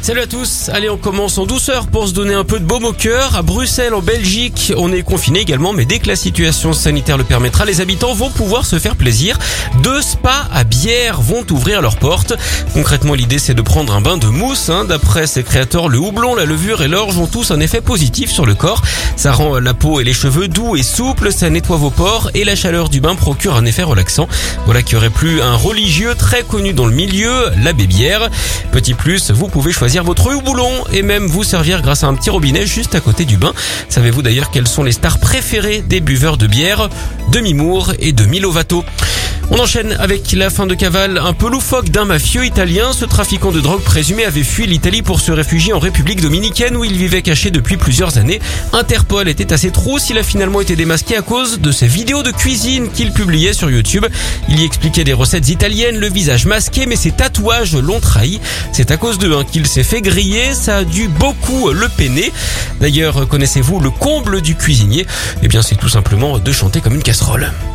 Salut à tous, allez on commence en douceur pour se donner un peu de baume au cœur. À Bruxelles, en Belgique, on est confiné également, mais dès que la situation sanitaire le permettra, les habitants vont pouvoir se faire plaisir. 2 spas à bière vont ouvrir leurs portes. Concrètement, l'idée c'est de prendre un bain de mousse. D'après ses créateurs, le houblon, la levure et l'orge ont tous un effet positif sur le corps. Ça rend la peau et les cheveux doux et souples, ça nettoie vos pores et la chaleur du bain procure un effet relaxant. Voilà qui aurait plu un religieux très connu dans le milieu, l'abbé Bière. Petit plus, vous pouvez choisir votre houblon et même vous servir grâce à un petit robinet juste à côté du bain. Savez-vous d'ailleurs quelles sont les stars préférées des buveurs de bière? Demi Moore et Demi Lovato. On enchaîne avec la fin de cavale un peu loufoque d'un mafieux italien. Ce trafiquant de drogue présumé avait fui l'Italie pour se réfugier en République dominicaine où il vivait caché depuis plusieurs années. Interpol était à ses trousses. Il a finalement été démasqué à cause de ses vidéos de cuisine qu'il publiait sur YouTube. Il y expliquait des recettes italiennes, le visage masqué, mais ses tatouages l'ont trahi. C'est à cause d'eux qu'il s'est fait griller. Ça a dû beaucoup le peiner. D'ailleurs, connaissez-vous le comble du cuisinier? Eh bien, c'est tout simplement de chanter comme une casserole.